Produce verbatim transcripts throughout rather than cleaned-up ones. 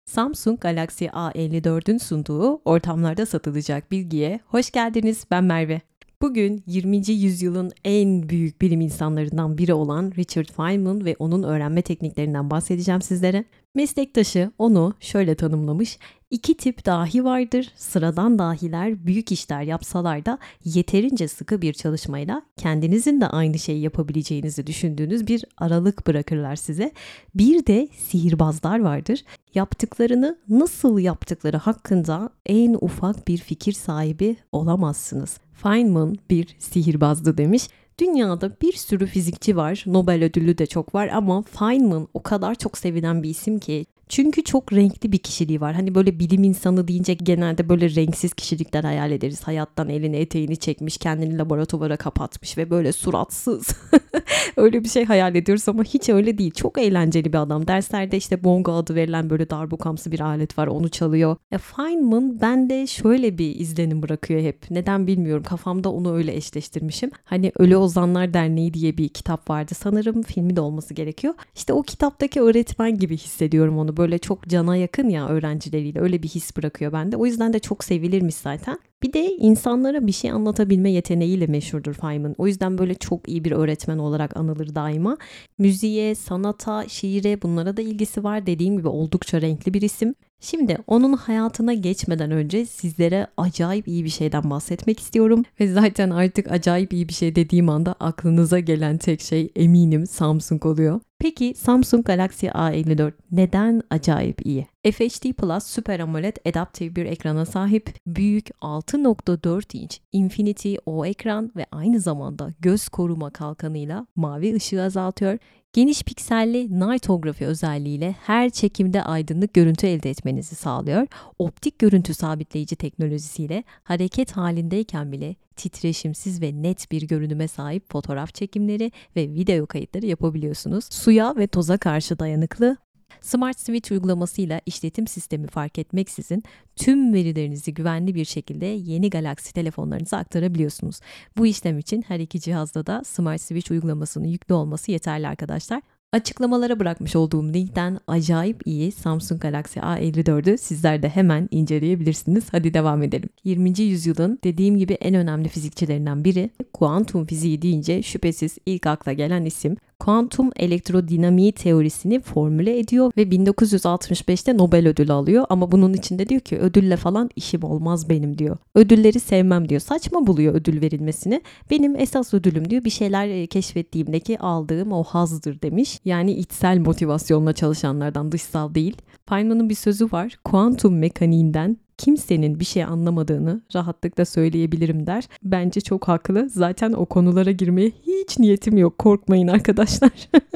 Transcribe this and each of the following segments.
Samsung Galaxy A elli dördün sunduğu ortamlarda satılacak bilgiye hoş geldiniz. Ben Merve. Bugün yirminci yüzyılın en büyük bilim insanlarından biri olan Richard Feynman ve onun öğrenme tekniklerinden bahsedeceğim sizlere. Meslektaşı onu şöyle tanımlamış: İki tip dahi vardır. Sıradan dahiler büyük işler yapsalar da yeterince sıkı bir çalışmayla kendinizin de aynı şeyi yapabileceğinizi düşündüğünüz bir aralık bırakırlar size. Bir de sihirbazlar vardır. Yaptıklarını nasıl yaptıkları hakkında en ufak bir fikir sahibi olamazsınız. Feynman bir sihirbazdı demiş. Dünyada bir sürü fizikçi var, Nobel ödüllü de çok var ama Feynman o kadar çok sevilen bir isim ki. Çünkü çok renkli bir kişiliği var. Hani böyle bilim insanı deyince genelde böyle renksiz kişilikler hayal ederiz. Hayattan elini eteğini çekmiş, kendini laboratuvara kapatmış ve böyle suratsız. Öyle bir şey hayal ediyoruz ama hiç öyle değil. Çok eğlenceli bir adam. Derslerde işte bongo adı verilen böyle darbukamsı bir alet var. Onu çalıyor. Ya Feynman bende şöyle bir izlenim bırakıyor hep. Neden bilmiyorum. Kafamda onu öyle eşleştirmişim. Hani Ölü Ozanlar Derneği diye bir kitap vardı. Sanırım filmi de olması gerekiyor. İşte o kitaptaki öğretmen gibi hissediyorum onu. Böyle çok cana yakın ya öğrencileriyle, öyle bir his bırakıyor bende. O yüzden de çok sevilirmiş zaten. Bir de insanlara bir şey anlatabilme yeteneğiyle meşhurdur Feynman. O yüzden böyle çok iyi bir öğretmen olarak anılır daima. Müziğe, sanata, şiire, bunlara da ilgisi var. Dediğim gibi oldukça renkli bir isim. Şimdi onun hayatına geçmeden önce sizlere acayip iyi bir şeyden bahsetmek istiyorum. Ve zaten artık acayip iyi bir şey dediğim anda aklınıza gelen tek şey eminim Samsung oluyor. Peki Samsung Galaxy A elli dört neden acayip iyi? F H D Plus Super AMOLED adaptif bir ekrana sahip, büyük altı nokta dört inç Infinity O ekran ve aynı zamanda göz koruma kalkanıyla mavi ışığı azaltıyor. Geniş pikselli Nightography özelliğiyle her çekimde aydınlık görüntü elde etmenizi sağlıyor. Optik görüntü sabitleyici teknolojisiyle hareket halindeyken bile titreşimsiz ve net bir görünüme sahip fotoğraf çekimleri ve video kayıtları yapabiliyorsunuz. Suya ve toza karşı dayanıklı. Smart Switch uygulamasıyla işletim sistemi fark etmeksizin tüm verilerinizi güvenli bir şekilde yeni Galaxy telefonlarınıza aktarabiliyorsunuz. Bu işlem için her iki cihazda da Smart Switch uygulamasının yüklü olması yeterli arkadaşlar. Açıklamalara bırakmış olduğum linkten acayip iyi Samsung Galaxy A elli dördü sizler de hemen inceleyebilirsiniz. Hadi devam edelim. yirminci yüzyılın dediğim gibi en önemli fizikçilerinden biri. Kuantum fiziği deyince şüphesiz ilk akla gelen isim. Kuantum elektrodinamiği teorisini formüle ediyor ve bin dokuz yüz altmış beşte Nobel ödülü alıyor ama bunun içinde diyor ki ödülle falan işim olmaz benim diyor. Ödülleri sevmem diyor. Saçma buluyor ödül verilmesini. Benim esas ödülüm diyor bir şeyler keşfettiğimdeki aldığım o hazdır demiş. Yani içsel motivasyonla çalışanlardan, dışsal değil. Feynman'ın bir sözü var. Kuantum mekaniğinden kimsenin bir şey anlamadığını rahatlıkla söyleyebilirim der. Bence çok haklı. Zaten o konulara girmeye hiç niyetim yok. Korkmayın arkadaşlar.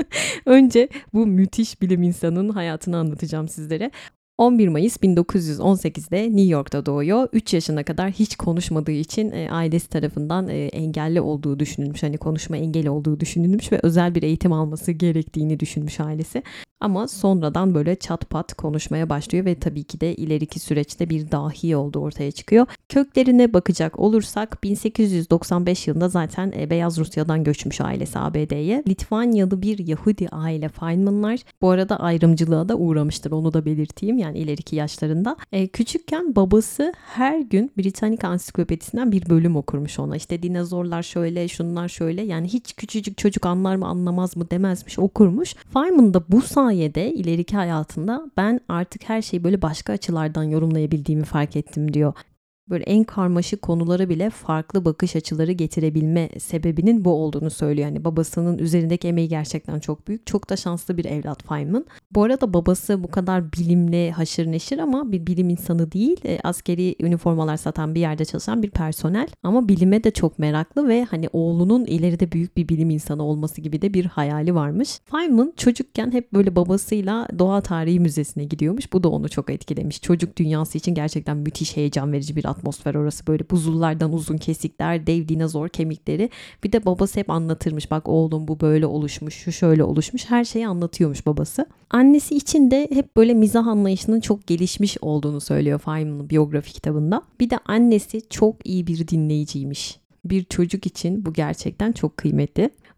Önce bu müthiş bilim insanının hayatını anlatacağım sizlere. on bir Mayıs bin dokuz yüz on sekizde New York'ta doğuyor. üç yaşına kadar hiç konuşmadığı için e, ailesi tarafından e, engelli olduğu düşünülmüş. Hani konuşma engeli olduğu düşünülmüş ve özel bir eğitim alması gerektiğini düşünmüş ailesi. Ama sonradan böyle çat pat konuşmaya başlıyor ve tabii ki de ileriki süreçte bir dahi olduğu ortaya çıkıyor. Köklerine bakacak olursak bin sekiz yüz doksan beş yılında zaten e, Beyaz Rusya'dan göçmüş ailesi A B D'ye. Litvanyalı bir Yahudi aile Feynmanlar. Bu arada ayrımcılığa da uğramıştır, onu da belirteyim. Yani ileriki yaşlarında. E, küçükken babası her gün Britannica Ansiklopedisinden bir bölüm okurmuş ona. İşte dinozorlar şöyle, şunlar şöyle. Yani hiç küçücük çocuk anlar mı anlamaz mı demezmiş, okurmuş. Feynman da bu sayede ileriki hayatında ben artık her şeyi böyle başka açılardan yorumlayabildiğimi fark ettim diyor. Böyle en karmaşık konulara bile farklı bakış açıları getirebilme sebebinin bu olduğunu söylüyor. Yani babasının üzerindeki emeği gerçekten çok büyük. Çok da şanslı bir evlat Feynman. Bu arada babası bu kadar bilimle haşır neşir ama bir bilim insanı değil. E, askeri üniformalar satan bir yerde çalışan bir personel. Ama bilime de çok meraklı ve hani oğlunun ileride büyük bir bilim insanı olması gibi de bir hayali varmış. Feynman çocukken hep böyle babasıyla Doğa Tarihi Müzesi'ne gidiyormuş. Bu da onu çok etkilemiş. Çocuk dünyası için gerçekten müthiş heyecan verici bir atmosfer orası, böyle buzullardan uzun kesikler, dev dinozor kemikleri. Bir de babası hep anlatırmış, bak oğlum bu böyle oluşmuş, şu şöyle oluşmuş, her şeyi anlatıyormuş babası. Annesi için de hep böyle mizah anlayışının çok gelişmiş olduğunu söylüyor Feynman'ın biyografi kitabında. Bir de annesi çok iyi bir dinleyiciymiş. Bir çocuk için bu gerçekten çok kıymetli.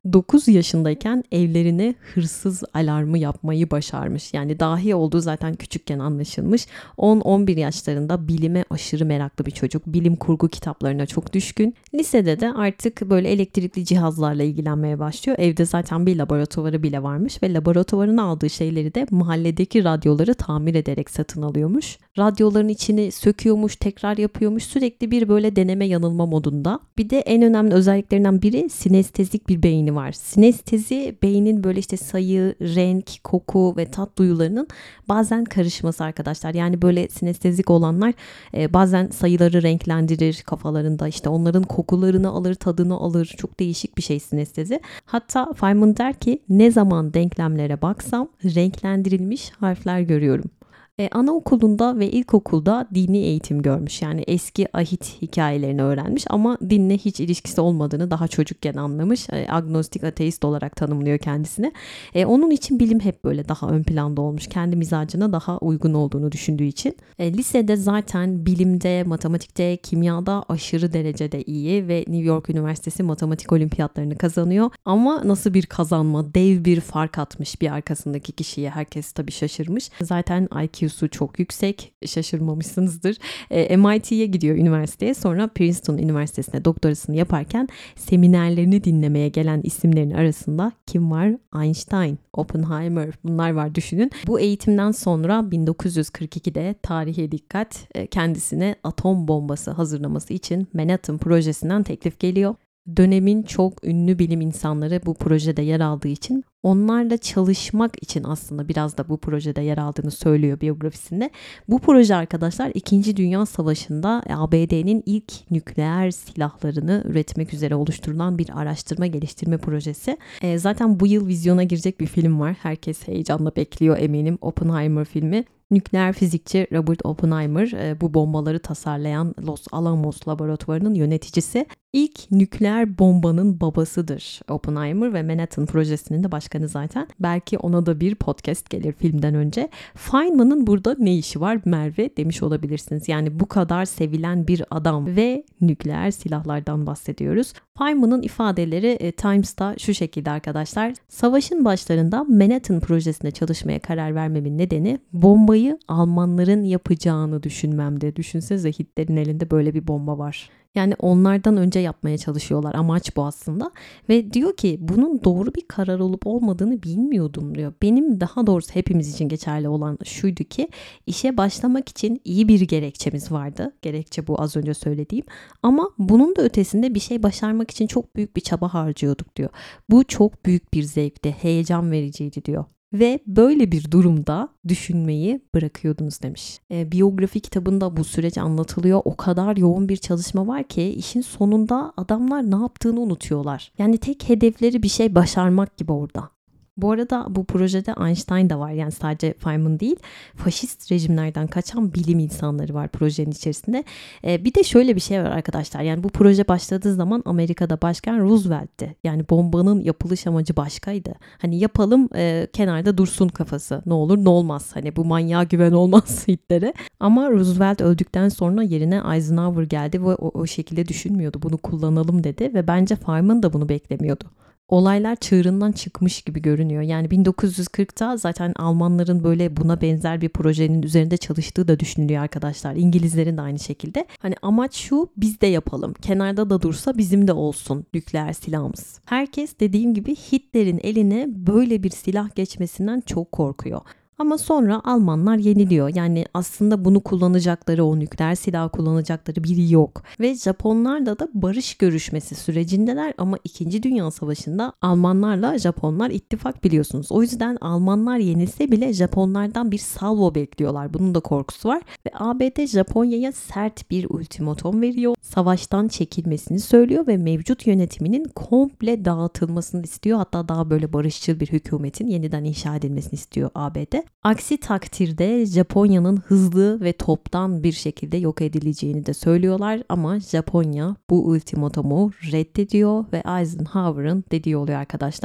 dokuz yaşındayken evlerine hırsız alarmı yapmayı başarmış. Yani dahi olduğu zaten küçükken anlaşılmış. on on bir yaşlarında bilime aşırı meraklı bir çocuk. Bilim kurgu kitaplarına çok düşkün. Lisede de artık böyle elektrikli cihazlarla ilgilenmeye başlıyor. Evde zaten bir laboratuvarı bile varmış ve laboratuvarına aldığı şeyleri de mahalledeki radyoları tamir ederek satın alıyormuş. Radyoların içini söküyormuş, tekrar yapıyormuş. Sürekli bir böyle deneme yanılma modunda. Bir de en önemli özelliklerinden biri sinestezik bir beyni var. Sinestezi beynin böyle işte sayı, renk, koku ve tat duyularının bazen karışması arkadaşlar. Yani böyle sinestezik olanlar e, bazen sayıları renklendirir kafalarında, işte onların kokularını alır, tadını alır. Çok değişik bir şey sinestezi. Hatta Feynman der ki ne zaman denklemlere baksam renklendirilmiş harfler görüyorum. E, anaokulunda ve ilkokulda dini eğitim görmüş. Yani eski ahit hikayelerini öğrenmiş ama dinle hiç ilişkisi olmadığını daha çocukken anlamış. E, agnostik ateist olarak tanımlıyor kendisini. E, onun için bilim hep böyle daha ön planda olmuş. Kendi mizacına daha uygun olduğunu düşündüğü için. E, lisede zaten bilimde, matematikte, kimyada aşırı derecede iyi ve New York Üniversitesi matematik olimpiyatlarını kazanıyor. Ama nasıl bir kazanma, dev bir fark atmış bir arkasındaki kişiye. Herkes tabii şaşırmış. Zaten I Q su çok yüksek, şaşırmamışsınızdır. E, M I T'ye gidiyor üniversiteye, sonra Princeton Üniversitesi'ne doktorasını yaparken seminerlerini dinlemeye gelen isimlerin arasında kim var? Einstein, Oppenheimer, bunlar var düşünün. Bu eğitimden sonra bin dokuz yüz kırk ikide tarihe dikkat, kendisine atom bombası hazırlaması için Manhattan projesinden teklif geliyor. Dönemin çok ünlü bilim insanları bu projede yer aldığı için onlarla çalışmak için aslında biraz da bu projede yer aldığını söylüyor biyografisinde. Bu proje arkadaşlar İkinci Dünya Savaşı'nda A B D'nin ilk nükleer silahlarını üretmek üzere oluşturulan bir araştırma geliştirme projesi. E, zaten bu yıl vizyona girecek bir film var. Herkes heyecanla bekliyor eminim, Oppenheimer filmi. Nükleer fizikçi Robert Oppenheimer e, bu bombaları tasarlayan Los Alamos laboratuvarının yöneticisi. İlk nükleer bombanın babasıdır Oppenheimer ve Manhattan projesinin de başkanı zaten. Belki ona da bir podcast gelir filmden önce. Feynman'ın burada ne işi var Merve demiş olabilirsiniz. Yani bu kadar sevilen bir adam ve nükleer silahlardan bahsediyoruz. Feynman'ın ifadeleri e, Times'ta şu şekilde arkadaşlar. Savaşın başlarında Manhattan projesine çalışmaya karar vermemin nedeni bombayı Almanların yapacağını düşünmemdi. Düşünsenize, Hitler'in elinde böyle bir bomba var. Yani onlardan önce yapmaya çalışıyorlar. Amaç bu aslında. Ve diyor ki bunun doğru bir karar olup olmadığını bilmiyordum diyor. Benim, daha doğrusu hepimiz için geçerli olan şuydu ki işe başlamak için iyi bir gerekçemiz vardı. Gerekçe bu az önce söylediğim. Ama bunun da ötesinde bir şey başarmak için çok büyük bir çaba harcıyorduk diyor. Bu çok büyük bir zevkti, heyecan vericiydi diyor. Ve böyle bir durumda düşünmeyi bırakıyordunuz demiş. E, biyografi kitabında bu süreç anlatılıyor. O kadar yoğun bir çalışma var ki işin sonunda adamlar ne yaptığını unutuyorlar. Yani tek hedefleri bir şey başarmak gibi orada. Bu arada bu projede Einstein da var, yani sadece Feynman değil, faşist rejimlerden kaçan bilim insanları var projenin içerisinde. Ee, bir de şöyle bir şey var arkadaşlar, yani bu proje başladığı zaman Amerika'da başkan Roosevelt'ti. Yani bombanın yapılış amacı başkaydı. Hani yapalım, e, kenarda dursun kafası, ne olur ne olmaz, hani bu manyağa güven olmaz Hitler'e. Ama Roosevelt öldükten sonra yerine Eisenhower geldi ve o, o şekilde düşünmüyordu, bunu kullanalım dedi ve bence Feynman da bunu beklemiyordu. Olaylar çığırından çıkmış gibi görünüyor. Yani bin dokuz yüz kırkta zaten Almanların böyle buna benzer bir projenin üzerinde çalıştığı da düşünülüyor arkadaşlar. İngilizlerin de aynı şekilde. Hani amaç şu, biz de yapalım. Kenarda da dursa bizim de olsun nükleer silahımız. Herkes dediğim gibi Hitler'in eline böyle bir silah geçmesinden çok korkuyor. Ama sonra Almanlar yeniliyor. Yani aslında bunu kullanacakları, o nükleer silah kullanacakları biri yok. Ve Japonlarla da barış görüşmesi sürecindeler ama İkinci Dünya Savaşı'nda Almanlarla Japonlar ittifak, biliyorsunuz. O yüzden Almanlar yenilse bile Japonlardan bir salvo bekliyorlar. Bunun da korkusu var. Ve A B D Japonya'ya sert bir ultimatom veriyor. Savaştan çekilmesini söylüyor ve mevcut yönetiminin komple dağıtılmasını istiyor. Hatta daha böyle barışçıl bir hükümetin yeniden inşa edilmesini istiyor A B D. Aksi takdirde Japonya'nın hızlı ve toptan bir şekilde yok edileceğini de söylüyorlar ama Japonya bu ultimatomu reddediyor ve Eisenhower'ın dediği oluyor arkadaşlar.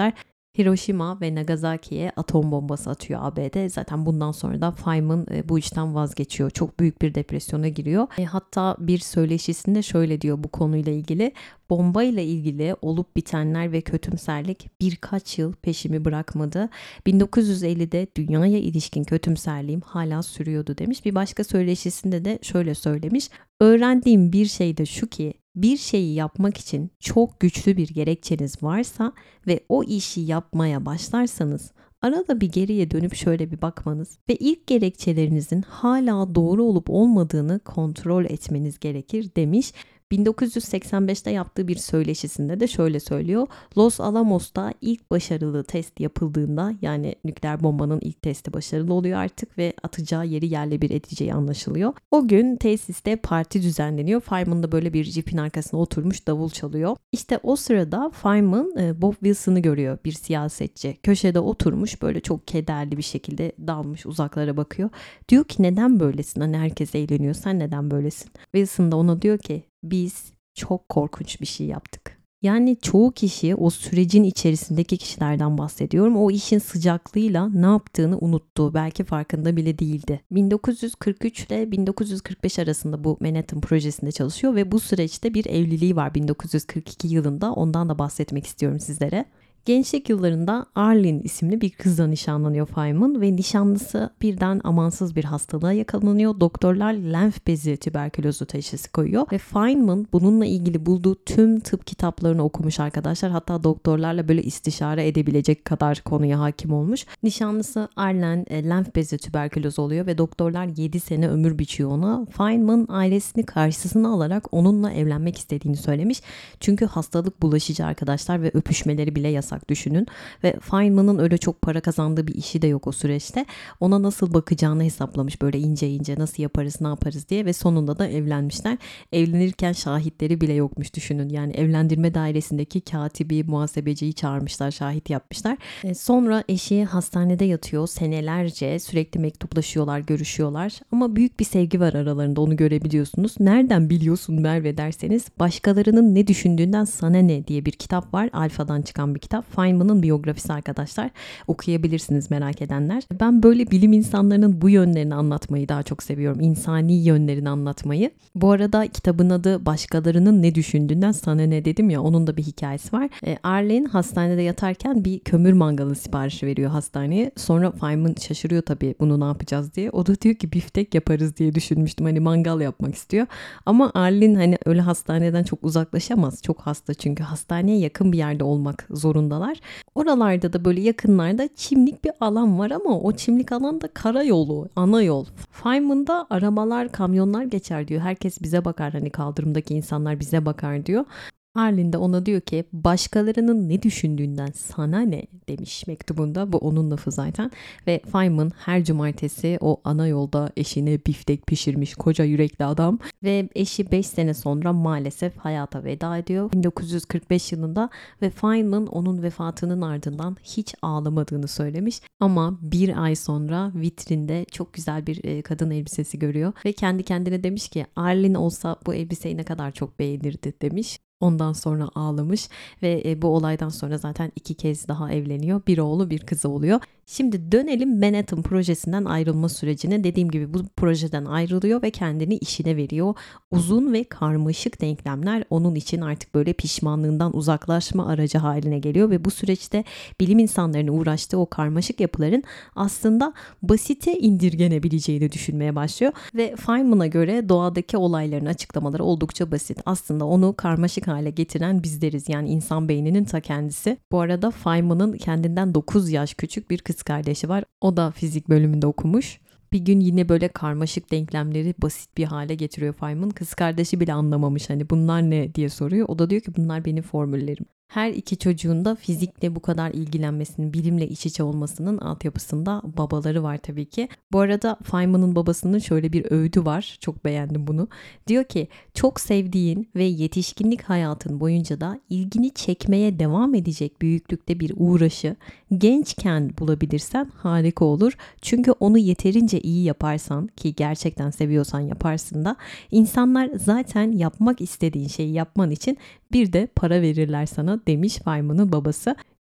Hiroşima ve Nagasaki'ye atom bombası atıyor A B D. Zaten bundan sonra da Feynman e, bu işten vazgeçiyor. Çok büyük bir depresyona giriyor. E, hatta bir söyleşisinde şöyle diyor bu konuyla ilgili. Bombayla ilgili olup bitenler ve kötümserlik birkaç yıl peşimi bırakmadı. bin dokuz yüz ellide dünyaya ilişkin kötümserliğim hala sürüyordu demiş. Bir başka söyleşisinde de şöyle söylemiş. Öğrendiğim bir şey de şu ki bir şeyi yapmak için çok güçlü bir gerekçeniz varsa ve o işi yapmaya başlarsanız arada bir geriye dönüp şöyle bir bakmanız ve ilk gerekçelerinizin hala doğru olup olmadığını kontrol etmeniz gerekir demiş. bin dokuz yüz seksen beşte yaptığı bir söyleşisinde de şöyle söylüyor. Los Alamos'ta ilk başarılı test yapıldığında, yani nükleer bombanın ilk testi başarılı oluyor artık ve atacağı yeri yerle bir edeceği anlaşılıyor. O gün tesiste parti düzenleniyor. Feynman da böyle bir jipin arkasına oturmuş davul çalıyor. İşte o sırada Feynman Bob Wilson'ı görüyor, bir siyasetçi. Köşede oturmuş böyle çok kederli bir şekilde dalmış uzaklara bakıyor. Diyor ki neden böylesin? Hani herkes eğleniyor, sen neden böylesin? Wilson da ona diyor ki biz çok korkunç bir şey yaptık. Yani çoğu kişi, o sürecin içerisindeki kişilerden bahsediyorum, o işin sıcaklığıyla ne yaptığını unuttu. Belki farkında bile değildi. bin dokuz yüz kırk üç ile bin dokuz yüz kırk beş arasında bu Manhattan projesinde çalışıyor ve bu süreçte bir evliliği var bin dokuz yüz kırk iki yılında. Ondan da bahsetmek istiyorum sizlere. Gençlik yıllarında Arlene isimli bir kızla nişanlanıyor Feynman ve nişanlısı birden amansız bir hastalığa yakalanıyor. Doktorlar lenf bezi tüberkülozu teşhisi koyuyor ve Feynman bununla ilgili bulduğu tüm tıp kitaplarını okumuş arkadaşlar. Hatta doktorlarla böyle istişare edebilecek kadar konuya hakim olmuş. Nişanlısı Arlene e, lenf bezi tüberkülozu oluyor ve doktorlar yedi sene ömür biçiyor ona. Feynman ailesini karşısına alarak onunla evlenmek istediğini söylemiş. Çünkü hastalık bulaşıcı arkadaşlar ve öpüşmeleri bile yasak. Düşünün ve Feynman'ın öyle çok para kazandığı bir işi de yok o süreçte. Ona nasıl bakacağını hesaplamış böyle ince ince, nasıl yaparız ne yaparız diye ve sonunda da evlenmişler. Evlenirken şahitleri bile yokmuş düşünün. Yani evlendirme dairesindeki katibi, muhasebeciyi çağırmışlar, şahit yapmışlar. E, sonra eşi hastanede yatıyor senelerce, sürekli mektuplaşıyorlar, görüşüyorlar ama büyük bir sevgi var aralarında, onu görebiliyorsunuz. Nereden biliyorsun Merve derseniz, Başkalarının Ne Düşündüğünden Sana Ne diye bir kitap var. Alfa'dan çıkan bir kitap. Feynman'ın biyografisi arkadaşlar. Okuyabilirsiniz merak edenler. Ben böyle bilim insanlarının bu yönlerini anlatmayı daha çok seviyorum. İnsani yönlerini anlatmayı. Bu arada kitabın adı Başkalarının Ne Düşündüğünden Sana Ne dedim ya, onun da bir hikayesi var. E, Arlene hastanede yatarken bir kömür mangalı siparişi veriyor hastaneye. Sonra Feynman şaşırıyor tabii bunu ne yapacağız diye. O da diyor ki biftek yaparız diye düşünmüştüm. Hani mangal yapmak istiyor. Ama Arlene hani öyle hastaneden çok uzaklaşamaz. Çok hasta çünkü hastaneye yakın bir yerde olmak zorundalar. Oralarda da böyle yakınlarda çimlik bir alan var ama o çimlik alanda karayolu, ana yol. Feynman'da arabalar, kamyonlar geçer diyor. Herkes bize bakar, hani kaldırımdaki insanlar bize bakar diyor. Arlene de ona diyor ki başkalarının ne düşündüğünden sana ne demiş mektubunda. Bu onun lafı zaten. Ve Feynman her cumartesi o ana yolda eşine biftek pişirmiş koca yürekli adam. Ve eşi beş sene sonra maalesef hayata veda ediyor bin dokuz yüz kırk beş yılında ve Feynman onun vefatının ardından hiç ağlamadığını söylemiş. Ama bir ay sonra vitrinde çok güzel bir kadın elbisesi görüyor ve kendi kendine demiş ki Arlene olsa bu elbiseyi ne kadar çok beğenirdi demiş. Ondan sonra ağlamış ve bu olaydan sonra zaten iki kez daha evleniyor. Bir oğlu bir kızı oluyor. Şimdi dönelim Manhattan projesinden ayrılma sürecine. Dediğim gibi bu projeden ayrılıyor ve kendini işine veriyor. Uzun ve karmaşık denklemler onun için artık böyle pişmanlığından uzaklaşma aracı haline geliyor ve bu süreçte bilim insanlarının uğraştığı o karmaşık yapıların aslında basite indirgenebileceğini düşünmeye başlıyor ve Feynman'a göre doğadaki olayların açıklamaları oldukça basit. Aslında onu karmaşık hale getiren bizleriz, yani insan beyninin ta kendisi. Bu arada Feynman'ın kendinden dokuz yaş küçük bir kız kardeşi var. O da fizik bölümünde okumuş. Bir gün yine böyle karmaşık denklemleri basit bir hale getiriyor Feynman. Kız kardeşi bile anlamamış, hani bunlar ne diye soruyor. O da diyor ki bunlar benim formüllerim. Her iki çocuğun da fizikle bu kadar ilgilenmesinin, bilimle iç içe olmasının altyapısında babaları var tabii ki. Bu arada Feynman'ın babasının şöyle bir öğüdü var. Çok beğendim bunu. Diyor ki çok sevdiğin ve yetişkinlik hayatın boyunca da ilgini çekmeye devam edecek büyüklükte bir uğraşı gençken bulabilirsen harika olur. Çünkü onu yeterince iyi yaparsan, ki gerçekten seviyorsan yaparsın da, insanlar zaten yapmak istediğin şeyi yapman için bir de para verirler sana demiş Feynman'ın babası.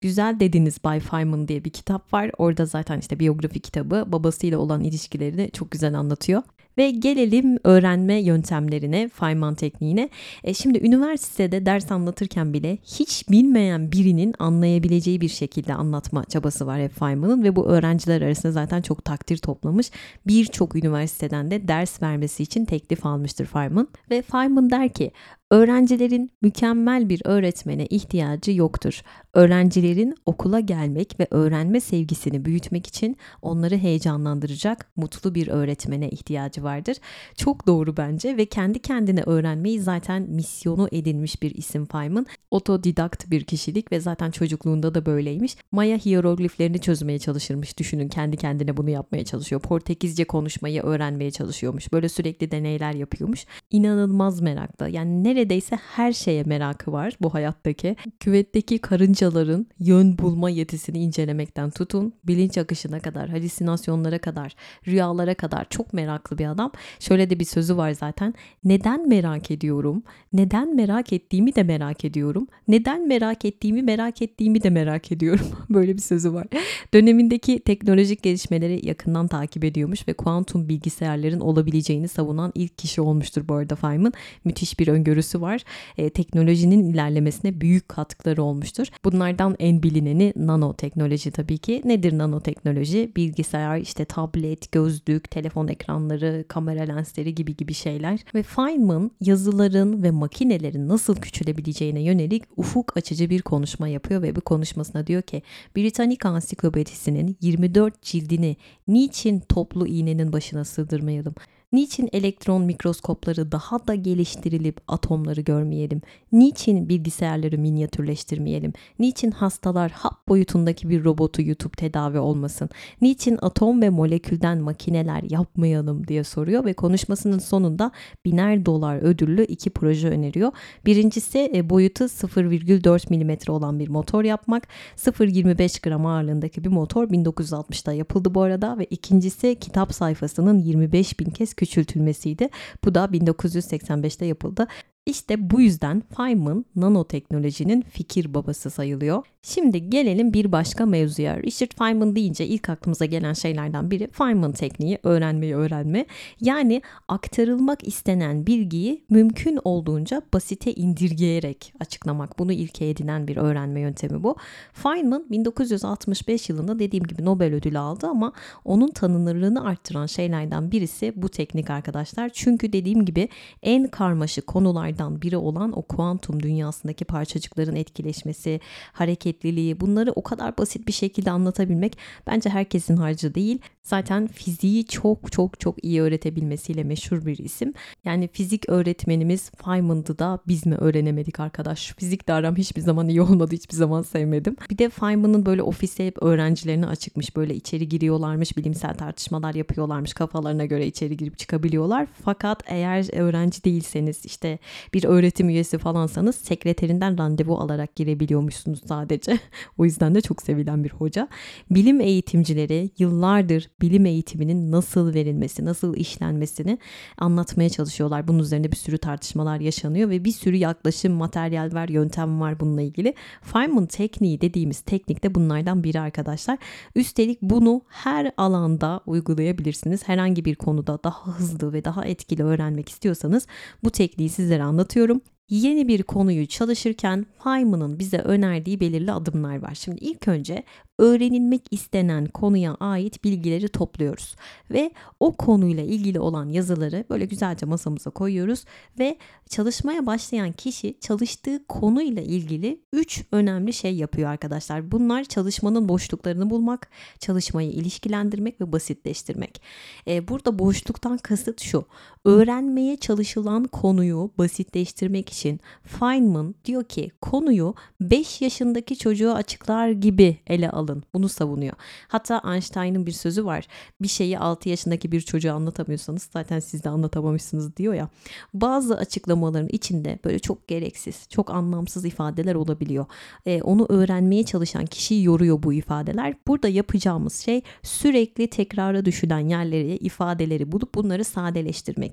Güzel Dediniz Bay Feynman diye bir kitap var. Orada zaten işte biyografi kitabı, babasıyla olan ilişkilerini çok güzel anlatıyor. Ve gelelim öğrenme yöntemlerine, Feynman tekniğine. E şimdi üniversitede ders anlatırken bile hiç bilmeyen birinin anlayabileceği bir şekilde anlatma çabası var hep Feynman'ın ve bu öğrenciler arasında zaten çok takdir toplamış. Birçok üniversiteden de ders vermesi için teklif almıştır Feynman. Ve Feynman der ki, öğrencilerin mükemmel bir öğretmene ihtiyacı yoktur. Öğrencilerin okula gelmek ve öğrenme sevgisini büyütmek için onları heyecanlandıracak mutlu bir öğretmene ihtiyacı vardır. Çok doğru bence ve kendi kendine öğrenmeyi zaten misyonu edinmiş bir isim Feynman. Otodidakt bir kişilik ve zaten çocukluğunda da böyleymiş. Maya hiyerogliflerini çözmeye çalışırmış. Düşünün, kendi kendine bunu yapmaya çalışıyor. Portekizce konuşmayı öğrenmeye çalışıyormuş. Böyle sürekli deneyler yapıyormuş. İnanılmaz meraklı. Yani neredeyse her şeye merakı var bu hayattaki. Küvetteki karıncaların yön bulma yetisini incelemekten tutun, bilinç akışına kadar, halüsinasyonlara kadar, rüyalara kadar çok meraklı bir adam. Şöyle de bir sözü var zaten. Neden merak ediyorum? Neden merak ettiğimi de merak ediyorum. Neden merak ettiğimi merak ettiğimi de merak ediyorum. Böyle bir sözü var. Dönemindeki teknolojik gelişmeleri yakından takip ediyormuş ve kuantum bilgisayarların olabileceğini savunan ilk kişi olmuştur bu arada Feynman. Müthiş bir öngörüsü var. E, teknolojinin ilerlemesine büyük katkıları olmuştur. Bunlardan en bilineni nanoteknoloji tabii ki. Nedir nanoteknoloji? Bilgisayar, işte tablet, gözlük, telefon ekranları, kamera lensleri gibi gibi şeyler. Ve Feynman yazıların ve makinelerin nasıl küçülebileceğine yönelik ufuk açıcı bir konuşma yapıyor ve bu konuşmasına diyor ki, Britannica Ansiklopedisi'nin yirmi dört cildini niçin toplu iğnenin başına sığdırmayalım? Niçin elektron mikroskopları daha da geliştirilip atomları görmeyelim? Niçin bilgisayarları minyatürleştirmeyelim? Niçin hastalar hap boyutundaki bir robotu yutup tedavi olmasın? Niçin atom ve molekülden makineler yapmayalım diye soruyor ve konuşmasının sonunda biner dolar ödüllü iki proje öneriyor. Birincisi e, boyutu sıfır virgül dört milimetre olan bir motor yapmak. sıfır virgül yirmi beş gram ağırlığındaki bir motor bin dokuz yüz altmışta yapıldı bu arada ve ikincisi kitap sayfasının yirmi beş bin kez küçültülmesiydi. Bu da bin dokuz yüz seksen beşte yapıldı. İşte bu yüzden Feynman nanoteknolojinin fikir babası sayılıyor. Şimdi gelelim bir başka mevzuya. Richard Feynman deyince ilk aklımıza gelen şeylerden biri Feynman tekniği, öğrenmeyi öğrenme. Yani aktarılmak istenen bilgiyi mümkün olduğunca basite indirgeyerek açıklamak. Bunu ilke edinen bir öğrenme yöntemi bu. Feynman bin dokuz yüz altmış beş yılında dediğim gibi Nobel ödülü aldı ama onun tanınırlığını arttıran şeylerden birisi bu teknik arkadaşlar. Çünkü dediğim gibi en karmaşık konular biri olan o kuantum dünyasındaki parçacıkların etkileşmesi, hareketliliği, bunları o kadar basit bir şekilde anlatabilmek bence herkesin harcı değil. Zaten fiziği çok çok çok iyi öğretebilmesiyle meşhur bir isim. Yani fizik öğretmenimiz Feynman'dı da biz mi öğrenemedik arkadaş? Fizikle aram hiçbir zaman iyi olmadı, hiçbir zaman sevmedim. Bir de Feynman'ın böyle ofise hep öğrencilerine açıkmış, böyle içeri giriyorlarmış, bilimsel tartışmalar yapıyorlarmış, kafalarına göre içeri girip çıkabiliyorlar. Fakat eğer öğrenci değilseniz, işte bir öğretim üyesi falansanız sekreterinden randevu alarak girebiliyormuşsunuz sadece. O yüzden de çok sevilen bir hoca. Bilim eğitimcileri yıllardır bilim eğitiminin nasıl verilmesi, nasıl işlenmesini anlatmaya çalışıyorlar. Bunun üzerine bir sürü tartışmalar yaşanıyor ve bir sürü yaklaşım, materyal var, yöntem var bununla ilgili. Feynman tekniği dediğimiz teknik de bunlardan biri arkadaşlar. Üstelik bunu her alanda uygulayabilirsiniz. Herhangi bir konuda daha hızlı ve daha etkili öğrenmek istiyorsanız bu tekniği sizlere anlatıyorum. Yeni bir konuyu çalışırken Feynman'ın bize önerdiği belirli adımlar var. Şimdi ilk önce öğrenilmek istenen konuya ait bilgileri topluyoruz ve o konuyla ilgili olan yazıları böyle güzelce masamıza koyuyoruz ve çalışmaya başlayan kişi çalıştığı konuyla ilgili üç önemli şey yapıyor arkadaşlar. Bunlar çalışmanın boşluklarını bulmak, çalışmayı ilişkilendirmek ve basitleştirmek. Ee, burada boşluktan kasıt şu: öğrenmeye çalışılan konuyu basitleştirmek için Feynman diyor ki konuyu beş yaşındaki çocuğa açıklar gibi ele alın. Bunu savunuyor. Hatta Einstein'ın bir sözü var. Bir şeyi altı yaşındaki bir çocuğa anlatamıyorsanız zaten siz de anlatamamışsınız diyor ya. Bazı açıklamaların içinde böyle çok gereksiz, çok anlamsız ifadeler olabiliyor. Ee, onu öğrenmeye çalışan kişiyi yoruyor bu ifadeler. Burada yapacağımız şey sürekli tekrara düşülen yerleri, ifadeleri bulup bunları sadeleştirmek.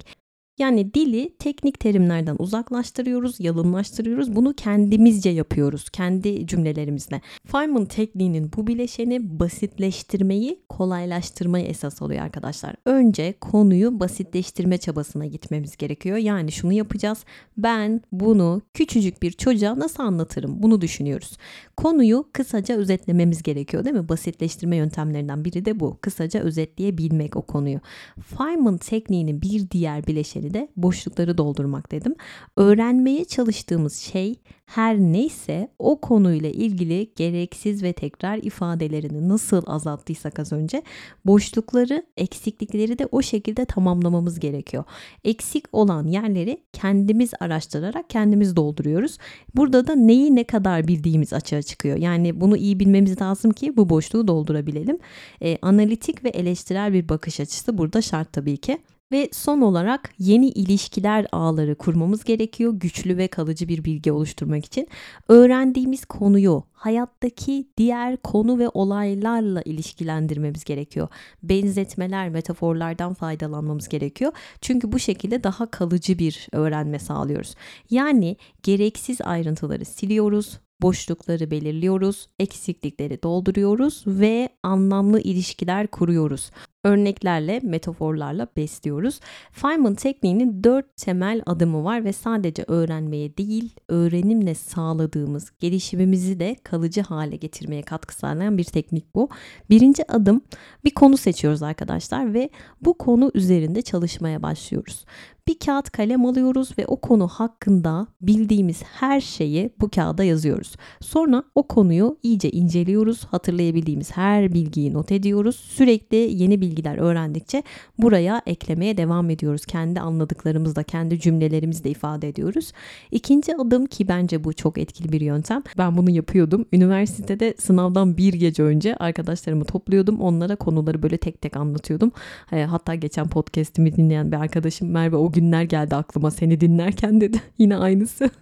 Yani dili teknik terimlerden uzaklaştırıyoruz, yalınlaştırıyoruz. Bunu kendimizce yapıyoruz, kendi cümlelerimizle. Feynman tekniğinin bu bileşeni basitleştirmeyi, kolaylaştırmayı esas alıyor arkadaşlar. Önce konuyu basitleştirme çabasına gitmemiz gerekiyor. Yani şunu yapacağız. Ben bunu küçücük bir çocuğa nasıl anlatırım? Bunu düşünüyoruz. Konuyu kısaca özetlememiz gerekiyor, değil mi? Basitleştirme yöntemlerinden biri de bu. Kısaca özetleyebilmek o konuyu. Feynman tekniğinin bir diğer bileşeni de boşlukları doldurmak dedim. Öğrenmeye çalıştığımız şey her neyse o konuyla ilgili gereksiz ve tekrar ifadelerini nasıl azalttıysak az önce boşlukları, eksiklikleri de o şekilde tamamlamamız gerekiyor. Eksik olan yerleri kendimiz araştırarak kendimiz dolduruyoruz. Burada da neyi ne kadar bildiğimiz açığa çıkıyor. Yani bunu iyi bilmemiz lazım ki bu boşluğu doldurabilelim. E, analitik ve eleştirel bir bakış açısı burada şart tabii ki. Ve son olarak yeni ilişkiler ağları kurmamız gerekiyor güçlü ve kalıcı bir bilgi oluşturmak için. Öğrendiğimiz konuyu hayattaki diğer konu ve olaylarla ilişkilendirmemiz gerekiyor. Benzetmeler, metaforlardan faydalanmamız gerekiyor. Çünkü bu şekilde daha kalıcı bir öğrenme sağlıyoruz. Yani gereksiz ayrıntıları siliyoruz, boşlukları belirliyoruz, eksiklikleri dolduruyoruz ve anlamlı ilişkiler kuruyoruz. Örneklerle, metaforlarla besliyoruz. Feynman tekniğinin dört temel adımı var ve sadece öğrenmeye değil, öğrenimle sağladığımız gelişimimizi de kalıcı hale getirmeye katkı sağlayan bir teknik bu. Birinci adım, bir konu seçiyoruz arkadaşlar ve bu konu üzerinde çalışmaya başlıyoruz. Bir kağıt kalem alıyoruz ve o konu hakkında bildiğimiz her şeyi bu kağıda yazıyoruz. Sonra o konuyu iyice inceliyoruz. Hatırlayabildiğimiz her bilgiyi not ediyoruz. Sürekli yeni bilgiler öğrendikçe buraya eklemeye devam ediyoruz. Kendi anladıklarımızla, kendi cümlelerimizle ifade ediyoruz. İkinci adım, ki bence bu çok etkili bir yöntem. Ben bunu yapıyordum. Üniversitede sınavdan bir gece önce arkadaşlarımı topluyordum. Onlara konuları böyle tek tek anlatıyordum. Hatta geçen podcast'imi dinleyen bir arkadaşım, Merve, o günler geldi aklıma seni dinlerken dedi. Yine aynısı.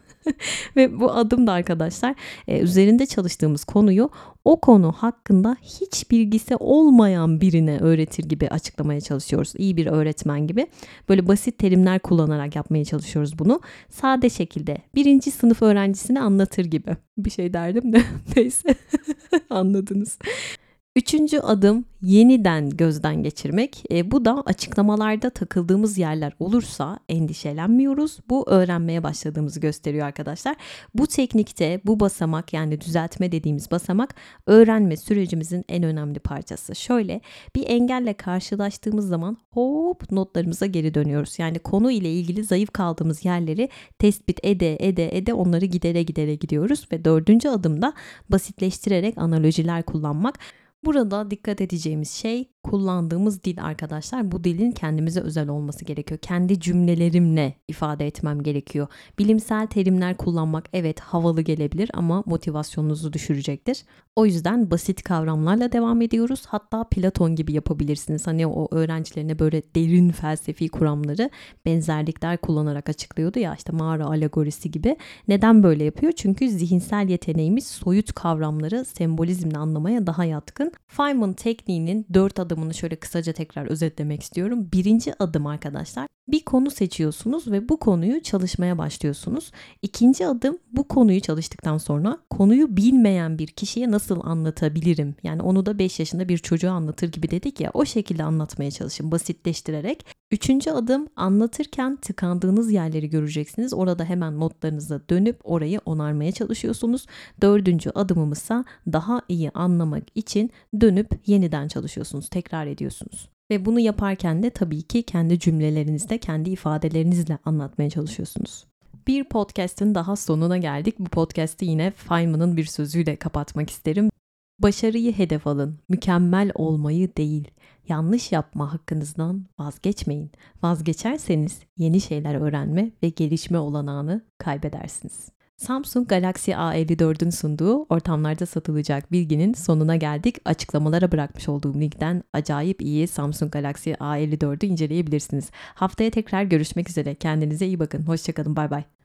Ve bu adım da arkadaşlar e, üzerinde çalıştığımız konuyu o konu hakkında hiç bilgisi olmayan birine öğretir gibi açıklamaya çalışıyoruz. İyi bir öğretmen gibi. Böyle basit terimler kullanarak yapmaya çalışıyoruz bunu. Sade şekilde birinci sınıf öğrencisine anlatır gibi. Bir şey derdim de neyse anladınız. Üçüncü adım yeniden gözden geçirmek. E, bu da açıklamalarda takıldığımız yerler olursa endişelenmiyoruz. Bu öğrenmeye başladığımızı gösteriyor arkadaşlar. Bu teknikte bu basamak, yani düzeltme dediğimiz basamak, öğrenme sürecimizin en önemli parçası. Şöyle, bir engelle karşılaştığımız zaman hop notlarımıza geri dönüyoruz. Yani konu ile ilgili zayıf kaldığımız yerleri tespit ede ede ede onları gidere gidere gidiyoruz ve dördüncü adımda basitleştirerek analojiler kullanmak. Burada dikkat edeceğimiz şey kullandığımız dil arkadaşlar. Bu dilin kendimize özel olması gerekiyor. Kendi cümlelerimle ifade etmem gerekiyor. Bilimsel terimler kullanmak evet havalı gelebilir ama motivasyonunuzu düşürecektir. O yüzden basit kavramlarla devam ediyoruz. Hatta Platon gibi yapabilirsiniz. Hani o öğrencilerine böyle derin felsefi kuramları benzerlikler kullanarak açıklıyordu ya, işte mağara alegorisi gibi. Neden böyle yapıyor? Çünkü zihinsel yeteneğimiz soyut kavramları sembolizmle anlamaya daha yatkın. Feynman tekniğinin dört adımını şöyle kısaca tekrar özetlemek istiyorum. Birinci adım arkadaşlar, bir konu seçiyorsunuz ve bu konuyu çalışmaya başlıyorsunuz. İkinci adım, bu konuyu çalıştıktan sonra konuyu bilmeyen bir kişiye nasıl anlatabilirim? Yani onu da beş yaşında bir çocuğa anlatır gibi dedik ya, o şekilde anlatmaya çalışın basitleştirerek. Üçüncü adım, anlatırken tıkandığınız yerleri göreceksiniz. Orada hemen notlarınıza dönüp orayı onarmaya çalışıyorsunuz. Dördüncü adımımızsa daha iyi anlamak için dönüp yeniden çalışıyorsunuz, tekrar ediyorsunuz. Ve bunu yaparken de tabii ki kendi cümlelerinizde, kendi ifadelerinizle anlatmaya çalışıyorsunuz. Bir podcast'ın daha sonuna geldik. Bu podcast'i yine Feynman'ın bir sözüyle kapatmak isterim. Başarıyı hedef alın, mükemmel olmayı değil. Yanlış yapma hakkınızdan vazgeçmeyin. Vazgeçerseniz yeni şeyler öğrenme ve gelişme olanağını kaybedersiniz. Samsung Galaxy A elli dördün sunduğu ortamlarda satılacak bilginin sonuna geldik. Açıklamalara bırakmış olduğum linkten acayip iyi Samsung Galaxy A elli dördü inceleyebilirsiniz. Haftaya tekrar görüşmek üzere. Kendinize iyi bakın. Hoşça kalın. Bay bay.